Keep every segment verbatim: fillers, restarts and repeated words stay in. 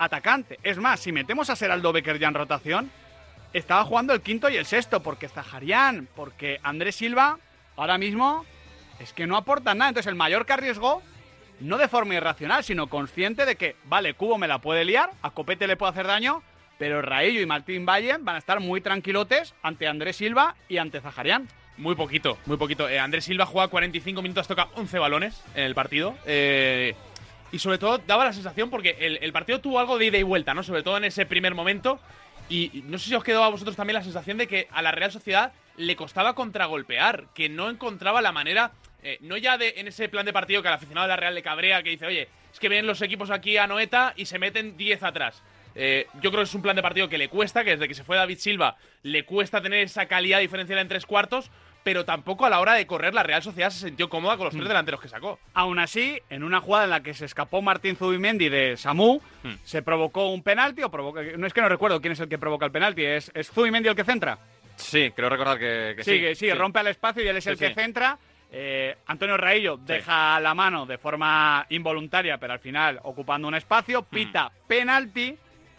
atacante. Es más, si metemos a Seraldo Becker ya en rotación, estaba jugando el quinto y el sexto, porque Zaharian, porque Andrés Silva, ahora mismo, es que no aportan nada. Entonces el Mallorca arriesgó, no de forma irracional, sino consciente de que, vale, Cubo me la puede liar, a Copete le puede hacer daño, pero Raillo y Martín Valle van a estar muy tranquilotes ante Andrés Silva y ante Zaharian. Muy poquito, muy poquito. Eh, Andrés Silva juega cuarenta y cinco minutos, toca once balones en el partido. Eh, y sobre todo daba la sensación, porque el, el partido tuvo algo de ida y vuelta, ¿no? Sobre todo en ese primer momento. Y, y no sé si os quedó a vosotros también la sensación de que a la Real Sociedad le costaba contragolpear, que no encontraba la manera, eh, no ya de en ese plan de partido que al aficionado de la Real le cabrea, que dice, oye, es que vienen los equipos aquí a Noeta y se meten diez atrás. Eh, yo creo que es un plan de partido que le cuesta, que desde que se fue David Silva le cuesta tener esa calidad diferencial en tres cuartos, pero tampoco a la hora de correr la Real Sociedad se sintió cómoda con los tres delanteros que sacó. Aún así, en una jugada en la que se escapó Martín Zubimendi de Samu, Hmm. se provocó un penalti, o provocó, no es que no recuerdo quién es el que provoca el penalti, ¿es, es Zubimendi el que centra? Sí, creo recordar que, que sí, sí. que sí, sí. rompe al espacio y él es Sí, el que sí. centra. Eh, Antonio Raillo deja la mano de forma involuntaria, pero al final ocupando un espacio, pita penalti.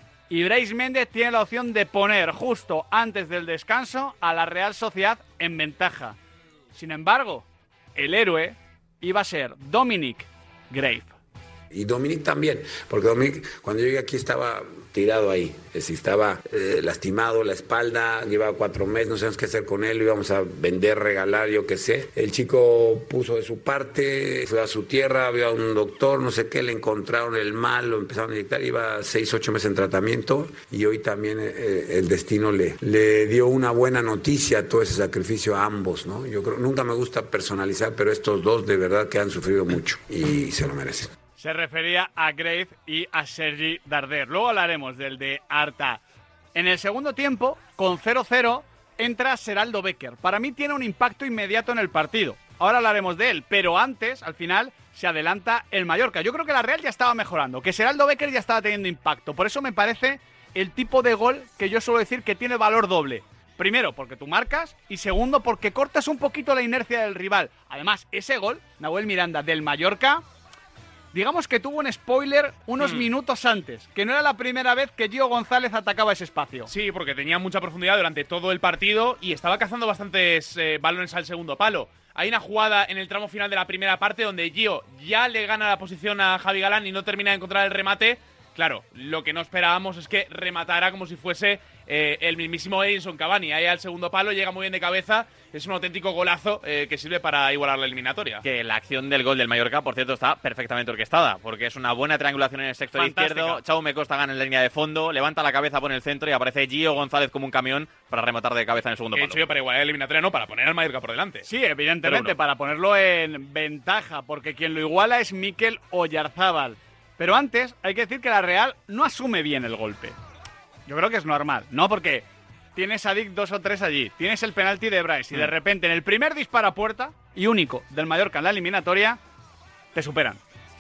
Y Brais Méndez tiene la opción de poner justo antes del descanso a la Real Sociedad en ventaja. Sin embargo, el héroe iba a ser Dominic Grave. Y Dominic también, porque Dominic cuando yo llegué aquí estaba tirado ahí, es decir, estaba eh, lastimado la espalda, llevaba cuatro meses, no sabíamos qué hacer con él, lo íbamos a vender, regalar, yo qué sé. El chico puso de su parte, fue a su tierra, vio a un doctor, no sé qué, le encontraron el mal, lo empezaron a inyectar, iba seis, ocho meses en tratamiento y hoy también eh, el destino le, le dio una buena noticia, todo ese sacrificio a ambos, ¿no? Yo creo, nunca me gusta personalizar, pero estos dos de verdad que han sufrido mucho y se lo merecen. Se refería a Grave y a Sergi Darder. Luego hablaremos del de Arta. En el segundo tiempo, con cero cero, entra Seraldo Becker. Para mí tiene un impacto inmediato en el partido. Ahora hablaremos de él, pero antes, al final, se adelanta el Mallorca. Yo creo que la Real ya estaba mejorando, que Seraldo Becker ya estaba teniendo impacto. Por eso me parece el tipo de gol que yo suelo decir que tiene valor doble. Primero, porque tú marcas, y segundo, porque cortas un poquito la inercia del rival. Además, ese gol, Nahuel Miranda, del Mallorca, digamos que tuvo un spoiler unos mm. minutos antes, que no era la primera vez que Gio González atacaba ese espacio. Sí, porque tenía mucha profundidad durante todo el partido y estaba cazando bastantes eh, balones al segundo palo. Hay una jugada en el tramo final de la primera parte donde Gio ya le gana la posición a Javi Galán y no termina de encontrar el remate. Claro, lo que no esperábamos es que rematara como si fuese eh, el mismísimo Edinson Cavani. Ahí al segundo palo, llega muy bien de cabeza. Es un auténtico golazo eh, que sirve para igualar la eliminatoria. Que la acción del gol del Mallorca, por cierto, está perfectamente orquestada, porque es una buena triangulación en el sector Fantástica. izquierdo. Jaume Costa gana en la línea de fondo, levanta la cabeza, pone el centro y aparece Gio González como un camión para rematar de cabeza en el segundo He palo. hecho yo para igualar la eliminatoria, no, para poner al Mallorca por delante. Sí, evidentemente, Pero no. para ponerlo en ventaja, porque quien lo iguala es Mikel Oyarzábal. Pero antes, hay que decir que la Real no asume bien el golpe. Yo creo que es normal, ¿no? Porque tienes a Dick dos o tres allí, tienes el penalti de Bryce y de repente en el primer disparo a puerta y único del Mallorca en la eliminatoria, te superan.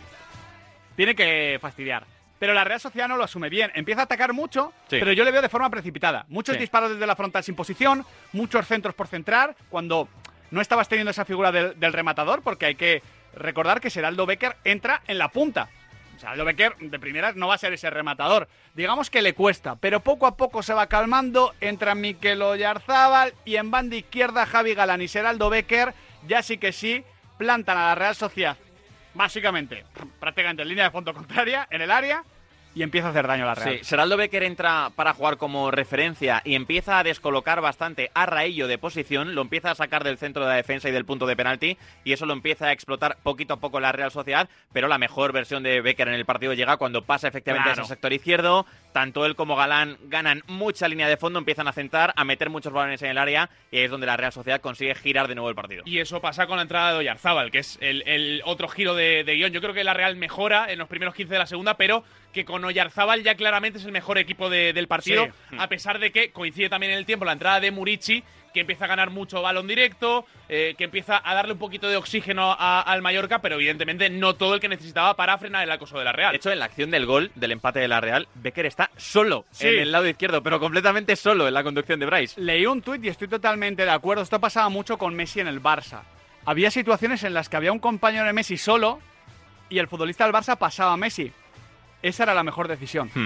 Tiene que fastidiar. Pero la Real Sociedad no lo asume bien. Empieza a atacar mucho, sí. pero yo le veo de forma precipitada. Muchos sí. disparos desde la frontal sin posición, muchos centros por centrar, cuando no estabas teniendo esa figura del, del rematador, porque hay que recordar que Seraldo Becker entra en la punta. Seraldo Becker, de primeras, no va a ser ese rematador. Digamos que le cuesta, pero poco a poco se va calmando. Entra Mikel Oyarzábal y en banda izquierda Javi Galán y Seraldo Becker ya sí que sí plantan a la Real Sociedad, básicamente, prácticamente en línea de fondo contraria, en el área, y empieza a hacer daño a la Real. Sí, Seraldo Becker entra para jugar como referencia y empieza a descolocar bastante a Raillo de posición, lo empieza a sacar del centro de la defensa y del punto de penalti, y eso lo empieza a explotar poquito a poco la Real Sociedad, pero la mejor versión de Becker en el partido llega cuando pasa efectivamente Claro. a ese sector izquierdo. Tanto él como Galán ganan mucha línea de fondo, empiezan a centrar, a meter muchos balones en el área, y ahí es donde la Real Sociedad consigue girar de nuevo el partido. Y eso pasa con la entrada de Oyarzábal, que es el, el otro giro de, de guión. Yo creo que la Real mejora en los primeros quince de la segunda, pero que con Oyarzábal ya claramente es el mejor equipo de, del partido, Sí. a pesar de que coincide también en el tiempo la entrada de Murici, que empieza a ganar mucho balón directo, eh, que empieza a darle un poquito de oxígeno a, al Mallorca, pero evidentemente no todo el que necesitaba para frenar el acoso de la Real. De hecho, en la acción del gol, del empate de la Real, Becker está solo Sí. en el lado izquierdo, pero completamente solo en la conducción de Bryce. Leí un tuit y estoy totalmente de acuerdo. Esto pasaba mucho con Messi en el Barça. Había situaciones en las que había un compañero de Messi solo y el futbolista del Barça pasaba a Messi. esa era la mejor decisión. Hmm.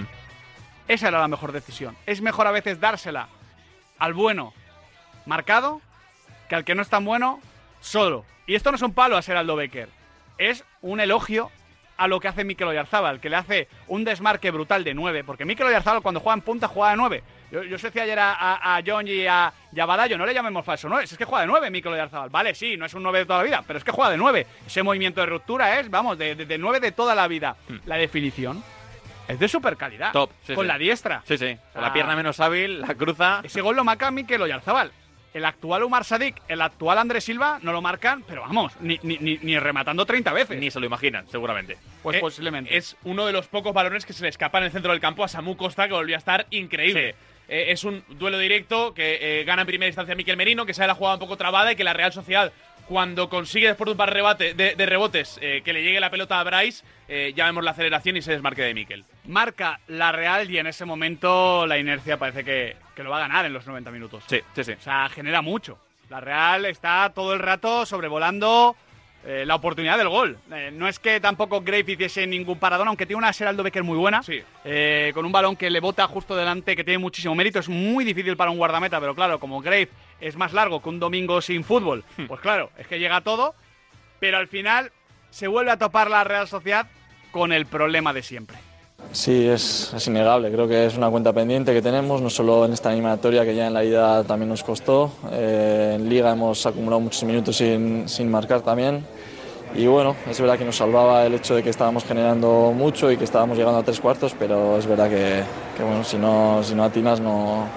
Esa era la mejor decisión. Es mejor a veces dársela al bueno marcado que al que no es tan bueno solo. Y esto no es un palo a Seraldo Becker. Es un elogio a lo que hace Mikel Oyarzábal, que le hace un desmarque brutal de nueve. Porque Mikel Oyarzábal cuando juega en punta juega de nueve. Yo, yo decía ayer a, a, a John y a, y a Badallo, no le llamemos falso nueve, es que juega de nueve Mikel Oyarzábal. Vale, sí, no es un nueve de toda la vida, pero es que juega de nueve. Ese movimiento de ruptura es, vamos, de, de, de nueve de toda la vida. Hmm. La definición es de super calidad. Top, sí, con sí. la diestra. Sí, sí. Con Ah. la pierna menos hábil, la cruza. Ese gol lo marca Mikel Oyarzábal. El actual Umar Sadik, el actual Andrés Silva no lo marcan, pero vamos, ni, ni, ni, ni rematando treinta veces. Ni se lo imaginan, seguramente. Pues eh, posiblemente. Es uno de los pocos balones que se le escapa en el centro del campo a Samu Costa, que volvió a estar increíble. Sí. Eh, es un duelo directo que eh, gana en primera instancia Miquel Merino, que sale la jugada un poco trabada y que la Real Sociedad, cuando consigue después de un par de, rebate, de, de rebotes eh, que le llegue la pelota a Bryce, eh, ya vemos la aceleración y se desmarque de Miquel. Marca la Real y en ese momento la inercia parece que, que lo va a ganar en los noventa minutos. Sí, sí, sí. O sea, genera mucho. La Real está todo el rato sobrevolando eh, la oportunidad del gol. Eh, no es que tampoco Grave hiciese ningún paradón, aunque tiene una Seraldo Becker muy buena, Sí. eh, con un balón que le bota justo delante, que tiene muchísimo mérito. Es muy difícil para un guardameta, pero claro, como Grave es más largo que un domingo sin fútbol, pues claro, es que llega todo, pero al final se vuelve a topar la Real Sociedad con el problema de siempre. Sí, es, es innegable. Creo que es una cuenta pendiente que tenemos, no solo en esta eliminatoria que ya en la ida también nos costó. Eh, en Liga hemos acumulado muchos minutos sin, sin marcar también. Y bueno, es verdad que nos salvaba el hecho de que estábamos generando mucho y que estábamos llegando a tres cuartos, pero es verdad que, que bueno, si no, si no atinas, no.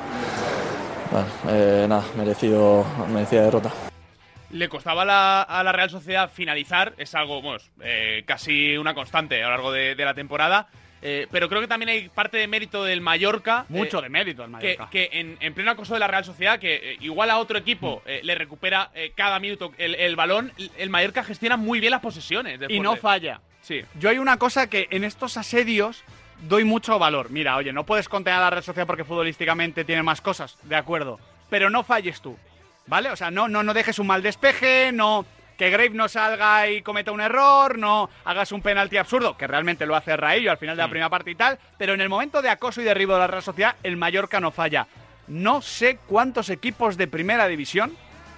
Bueno, eh, nada, merecido, merecida derrota. Le costaba la, a la Real Sociedad finalizar, es algo, bueno, eh, casi una constante a lo largo de, de la temporada. Eh, pero creo que también hay parte de mérito del Mallorca. Mucho eh, de mérito el Que, Mallorca. que en, en pleno acoso de la Real Sociedad, que eh, igual a otro equipo eh, le recupera eh, cada minuto el, el balón, el Mallorca gestiona muy bien las posesiones. Y no de... falla. Sí. Yo hay una cosa que en estos asedios doy mucho valor. Mira, oye, no puedes contener a la Real Sociedad porque futbolísticamente tiene más cosas, de acuerdo. Pero no falles tú, ¿vale? O sea, no, no, no dejes un mal despeje, no... Que Grave no salga y cometa un error, no hagas un penalti absurdo, que realmente lo hace Raillo al final de la primera parte y tal, pero en el momento de acoso y derribo de la Real Sociedad, el Mallorca no falla. No sé cuántos equipos de primera división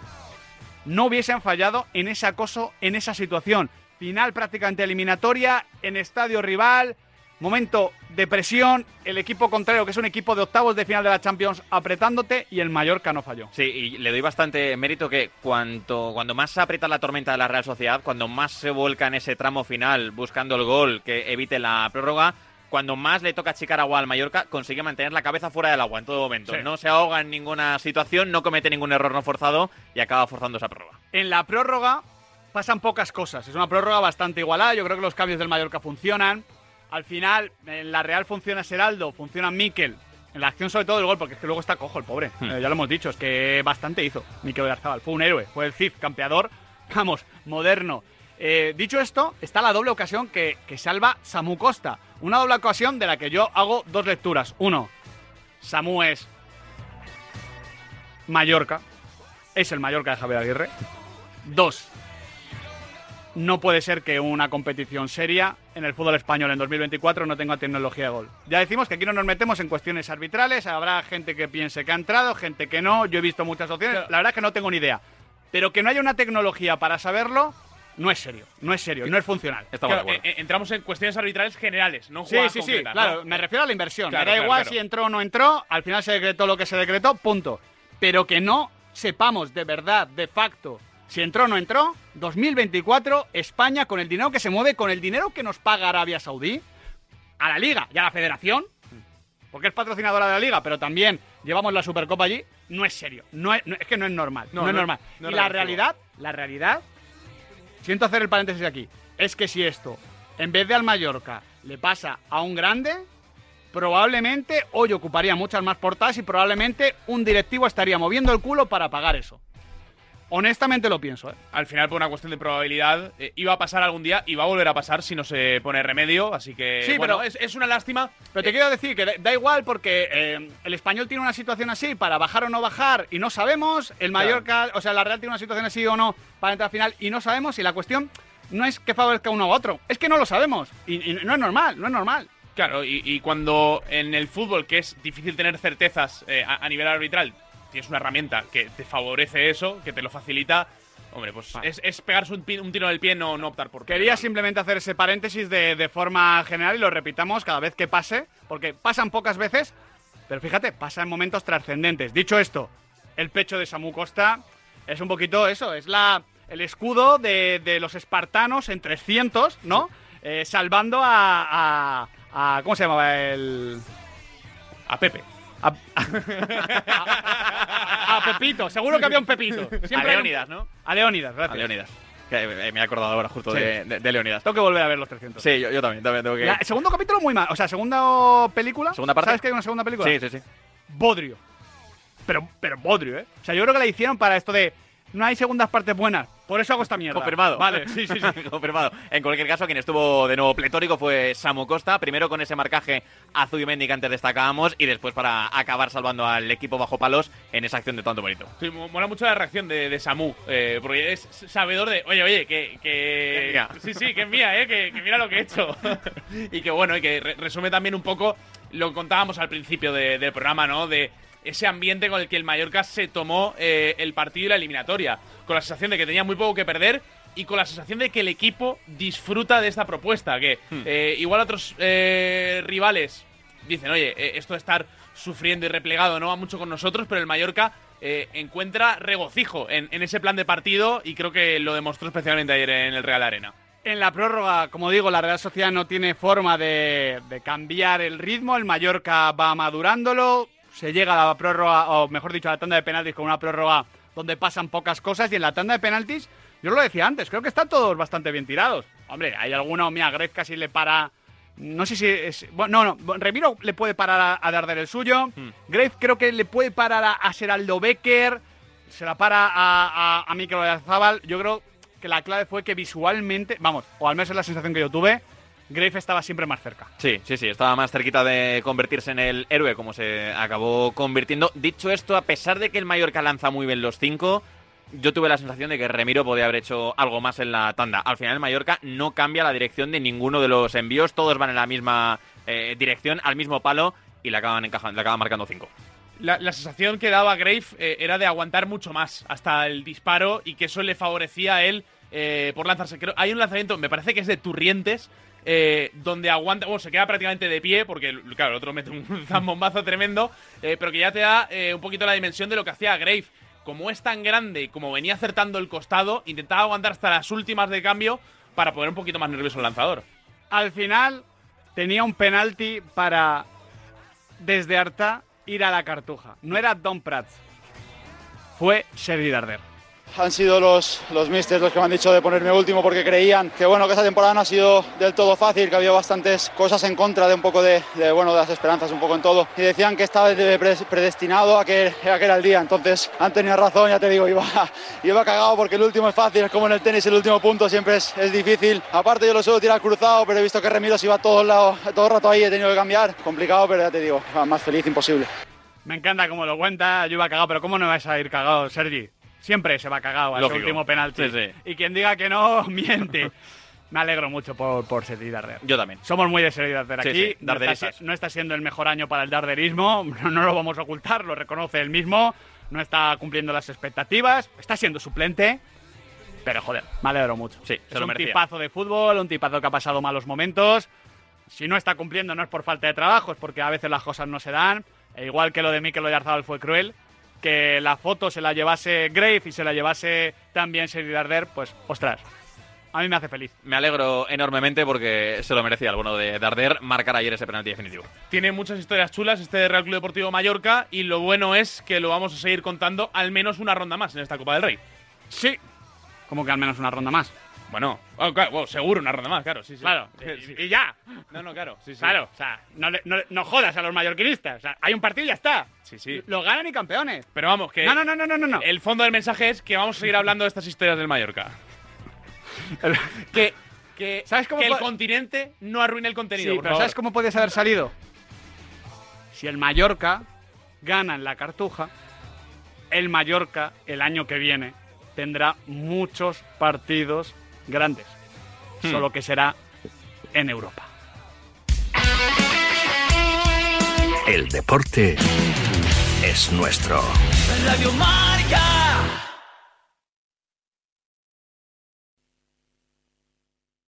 no hubiesen fallado en ese acoso, en esa situación. Final prácticamente eliminatoria, en estadio rival, momento de presión, el equipo contrario, que es un equipo de octavos de final de la Champions, apretándote, y el Mallorca no falló. Sí, y le doy bastante mérito que cuanto, cuando más se aprieta la tormenta de la Real Sociedad, cuando más se volca en ese tramo final buscando el gol que evite la prórroga, cuando más le toca achicar agua al Mallorca, consigue mantener la cabeza fuera del agua en todo momento. Sí. No se ahoga en ninguna situación, no comete ningún error no forzado y acaba forzando esa prórroga. En la prórroga pasan pocas cosas. Es una prórroga bastante igualada. Yo creo que los cambios del Mallorca funcionan. Al final, en la Real funciona Seraldo, funciona Miquel. En la acción sobre todo del gol, porque es que luego está cojo el pobre. Hmm. Eh, ya lo hemos dicho, es que bastante hizo Miquel Oyarzábal. Fue un héroe, fue el Cid, campeador, vamos, moderno. Eh, dicho esto, está la doble ocasión que, que salva Samu Costa. Una doble ocasión de la que yo hago dos lecturas. Uno, Samu es Mallorca. Es el Mallorca de Javier Aguirre. Dos, no puede ser que una competición seria en el fútbol español en dos mil veinticuatro no tenga tecnología de gol. Ya decimos que aquí no nos metemos en cuestiones arbitrales, habrá gente que piense que ha entrado, gente que no, yo he visto muchas opciones, la verdad es que no tengo ni idea. Pero que no haya una tecnología para saberlo, no es serio, no es serio, y no es funcional. Estamos Claro, de acuerdo. eh, eh, entramos en cuestiones arbitrales generales, no Sí, jugadas sí, sí, concretas, claro, ¿no? me refiero a la inversión. Claro, me da claro, igual claro. si entró o no entró, al final se decretó lo que se decretó, punto. Pero que no sepamos de verdad, de facto, si entró o no entró, dos mil veinticuatro, España, con el dinero que se mueve, con el dinero que nos paga Arabia Saudí, a la Liga y a la Federación, porque es patrocinadora de la Liga, pero también llevamos la Supercopa allí, no es serio, no es, no- es que no es normal, no, No, es no- normal. no y es la real, realidad, la realidad, siento hacer el paréntesis aquí, es que si esto, en vez de al Mallorca, le pasa a un grande, probablemente hoy ocuparía muchas más portadas y probablemente un directivo estaría moviendo el culo para pagar eso. Honestamente lo pienso, ¿eh? Al final, por una cuestión de probabilidad, eh, iba a pasar algún día y va a volver a pasar si no se pone remedio. Así que, Sí, bueno, pero- es, es una lástima. Pero te quiero decir que da, da igual porque eh, el Español tiene una situación así para bajar o no bajar y no sabemos. El Mallorca, o sea, la Real tiene una situación así o no para entrar al final y no sabemos. Y la cuestión no es que favorezca uno u otro, es que no lo sabemos. Y, y no es normal, no es normal. Que Claro, y, y cuando en el fútbol, que es difícil tener certezas eh, a, a nivel arbitral, tienes una herramienta que te favorece eso, que te lo facilita, hombre, pues vale. es, es pegarse un, un tiro en el pie, no, no optar por... Quería simplemente hacer ese paréntesis de, de forma general y lo repitamos cada vez que pase, porque pasan pocas veces, pero fíjate, pasa en momentos trascendentes. Dicho esto, el pecho de Samu Costa es un poquito eso, es la el escudo de, de los espartanos en trescientos, ¿no? Eh, salvando a, a, a... ¿Cómo se llamaba el...? A Pepe. A, a, a, a Pepito, seguro que había un Pepito. Siempre a Leónidas, ¿no? A Leónidas, gracias. A Leónidas. Que me he acordado ahora justo sí. de, de, de Leónidas. Tengo que volver a ver los trescientos. Sí, yo, yo también, también tengo que... La, segundo capítulo muy mal, o sea, segunda película. ¿Segunda parte? ¿Sabes que hay una segunda película? Sí, sí, sí. Bodrio. Pero, pero bodrio, ¿eh? O sea, yo creo que la hicieron para esto de... No hay segundas partes buenas, por eso hago esta mierda. Confirmado. Vale, sí, sí, sí. Confirmado. En cualquier caso, quien estuvo de nuevo pletórico fue Samu Costa, primero con ese marcaje a Zubimendi que antes destacábamos y después para acabar salvando al equipo bajo palos en esa acción de tanto bonito. Sí, mola mucho la reacción de, de Samu, eh, porque es sabedor de, oye, oye, que... que... Mía. Sí, sí, que es mía, eh, que, que mira lo que he hecho. Y que bueno, y que re resume también un poco lo que contábamos al principio de, del programa, ¿no? De ese ambiente con el que el Mallorca se tomó eh, el partido y la eliminatoria, con la sensación de que tenía muy poco que perder y con la sensación de que el equipo disfruta de esta propuesta, que hmm. eh, igual otros eh, rivales dicen, oye, eh, esto de estar sufriendo y replegado no va mucho con nosotros, pero el Mallorca eh, encuentra regocijo en, en ese plan de partido y creo que lo demostró especialmente ayer en el Real Arena. En la prórroga, como digo, la Real Sociedad no tiene forma de, de cambiar el ritmo, el Mallorca va madurándolo. Se llega a la prórroga, o mejor dicho, a la tanda de penaltis con una prórroga donde pasan pocas cosas. Y en la tanda de penaltis, yo lo decía antes, creo que están todos bastante bien tirados. Hombre, hay alguno, mira, Gref casi le para... No sé si es... Bueno, no, no, Remiro le puede parar a, a Darder el suyo. Hmm. Gref creo que le puede parar a, a Seraldo Becker. Se la para a, a, a Mikel Oyarzabal. Yo creo que la clave fue que visualmente, vamos, o al menos es la sensación que yo tuve, Grave estaba siempre más cerca. Sí, sí, sí, estaba más cerquita de convertirse en el héroe, como se acabó convirtiendo. Dicho esto, a pesar de que el Mallorca lanza muy bien los cinco, yo tuve la sensación de que Remiro podía haber hecho algo más en la tanda. Al final el Mallorca no cambia la dirección de ninguno de los envíos, todos van en la misma eh, dirección, al mismo palo, y le acaban, encajando, le acaban marcando cinco. La, la sensación que daba Grave eh, era de aguantar mucho más hasta el disparo y que eso le favorecía a él eh, por lanzarse. Creo, hay un lanzamiento, me parece que es de Turrientes, Eh, donde aguanta, bueno, se queda prácticamente de pie porque, claro, el otro mete un zambombazo tremendo, eh, pero que ya te da eh, un poquito la dimensión de lo que hacía Grave. Como es tan grande y como venía acertando el costado, intentaba aguantar hasta las últimas de cambio para poner un poquito más nervioso el lanzador. Al final tenía un penalti para, desde Artà, ir a la Cartuja. No era Don Prats, fue Sergi Darder. Han sido los, los místers los que me han dicho de ponerme último porque creían que bueno que esta temporada no ha sido del todo fácil, que había bastantes cosas en contra de un poco de, de bueno de las esperanzas un poco en todo, y decían que estaba predestinado a que, a que era el día. Entonces han tenido razón, ya te digo, iba, iba cagado porque el último es fácil, es como en el tenis, el último punto siempre es, es difícil. Aparte yo lo suelo tirar cruzado, pero he visto que Remiro se iba todo el, lado, todo el rato ahí, he tenido que cambiar, complicado, pero ya te digo, más feliz imposible. Me encanta cómo lo cuenta, yo iba cagado, pero ¿cómo no vas a ir cagado, Sergi? Siempre se va cagado al último penalti. Sí, sí. Y quien diga que no, miente. Me alegro mucho por, por Sergi Darder. Yo también. Somos muy de Sergi Darder aquí. Sí, sí. No, está, no está siendo el mejor año para el darderismo. No, no lo vamos a ocultar, lo reconoce él mismo. No está cumpliendo las expectativas. Está siendo suplente. Pero joder, me alegro mucho. Sí, es se lo un merecía. tipazo de fútbol, un tipazo que ha pasado malos momentos. Si no está cumpliendo no es por falta de trabajo, es porque a veces las cosas no se dan. E igual que lo de Mikel Oyarzabal fue cruel, que la foto se la llevase Grave y se la llevase también Sergi Darder, pues, ostras, a mí me hace feliz. Me alegro enormemente porque se lo merecía el bueno de Darder marcar ayer ese penalti definitivo. Tiene muchas historias chulas este Real Club Deportivo Mallorca y lo bueno es que lo vamos a seguir contando al menos una ronda más en esta Copa del Rey. Sí, como que al menos una ronda más. Bueno, oh, claro, bueno, seguro una ronda más, claro, sí, sí. Claro, sí. Y, y ya. No, no, claro, sí, sí. Claro, o sea, no, no, no jodas a los mallorquinistas. O sea, hay un partido y ya está. Sí, sí. Lo ganan y campeones. Pero vamos, que... No, no, no, no, no, no. El fondo del mensaje es que vamos a seguir hablando de estas historias del Mallorca. que que, ¿Sabes cómo que el po- continente no arruine el contenido, Sí, por pero favor. ¿sabes cómo podías haber salido? Si el Mallorca gana en la Cartuja, el Mallorca el año que viene tendrá muchos partidos grandes. Hmm. Solo que será en Europa. El deporte es nuestro. Radio Marca.